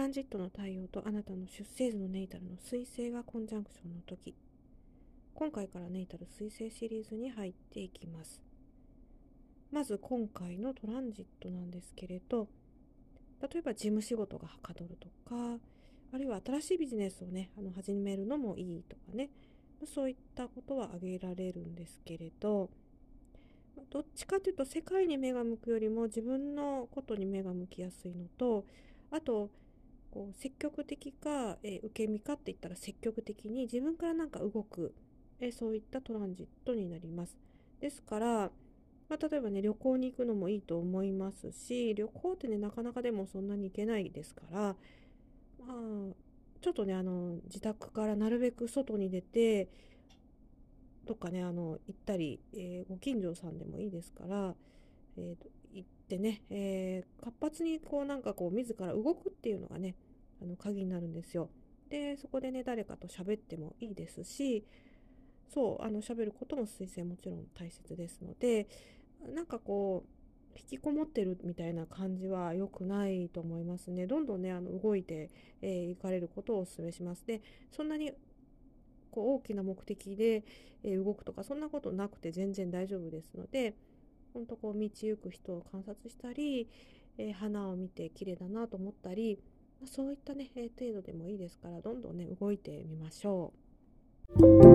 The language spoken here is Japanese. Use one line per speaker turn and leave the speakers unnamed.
ンジットの太陽とあなたの出生図のネイタルの水星がコンジャンクションの時、今回からネイタル水星シリーズに入っていきます。まず今回のトランジットなんですけれど、例えば事務仕事がはかどるとか、あるいは新しいビジネスをね始めるのもいいとかね、そういったことは挙げられるんですけれど、どっちかというと世界に目が向くよりも自分のことに目が向きやすいのと、あと積極的か、受け身かって言ったら積極的に自分からなんか動く、そういったトランジットになります。ですから、例えばね旅行に行くのもいいと思いますし、旅行ってねなかなかでもそんなに行けないですから、ちょっとね自宅からなるべく外に出てどっかね行ったり、ご近所さんでもいいですから、行ってね、活発になんか自ら動くっていうのがね鍵になるんですよ。でそこでね誰かと喋ってもいいですし、そう喋ることも水星もちろん大切ですので、なんか引きこもってるみたいな感じは良くないと思いますね。どんどんね動いて行かれることをお勧めします。でそんなに大きな目的で、動くとかそんなことなくて全然大丈夫ですので、ほんと道行く人を観察したり、花を見て綺麗だなと思ったり、そういったね、程度でもいいですから、どんどんね動いてみましょう。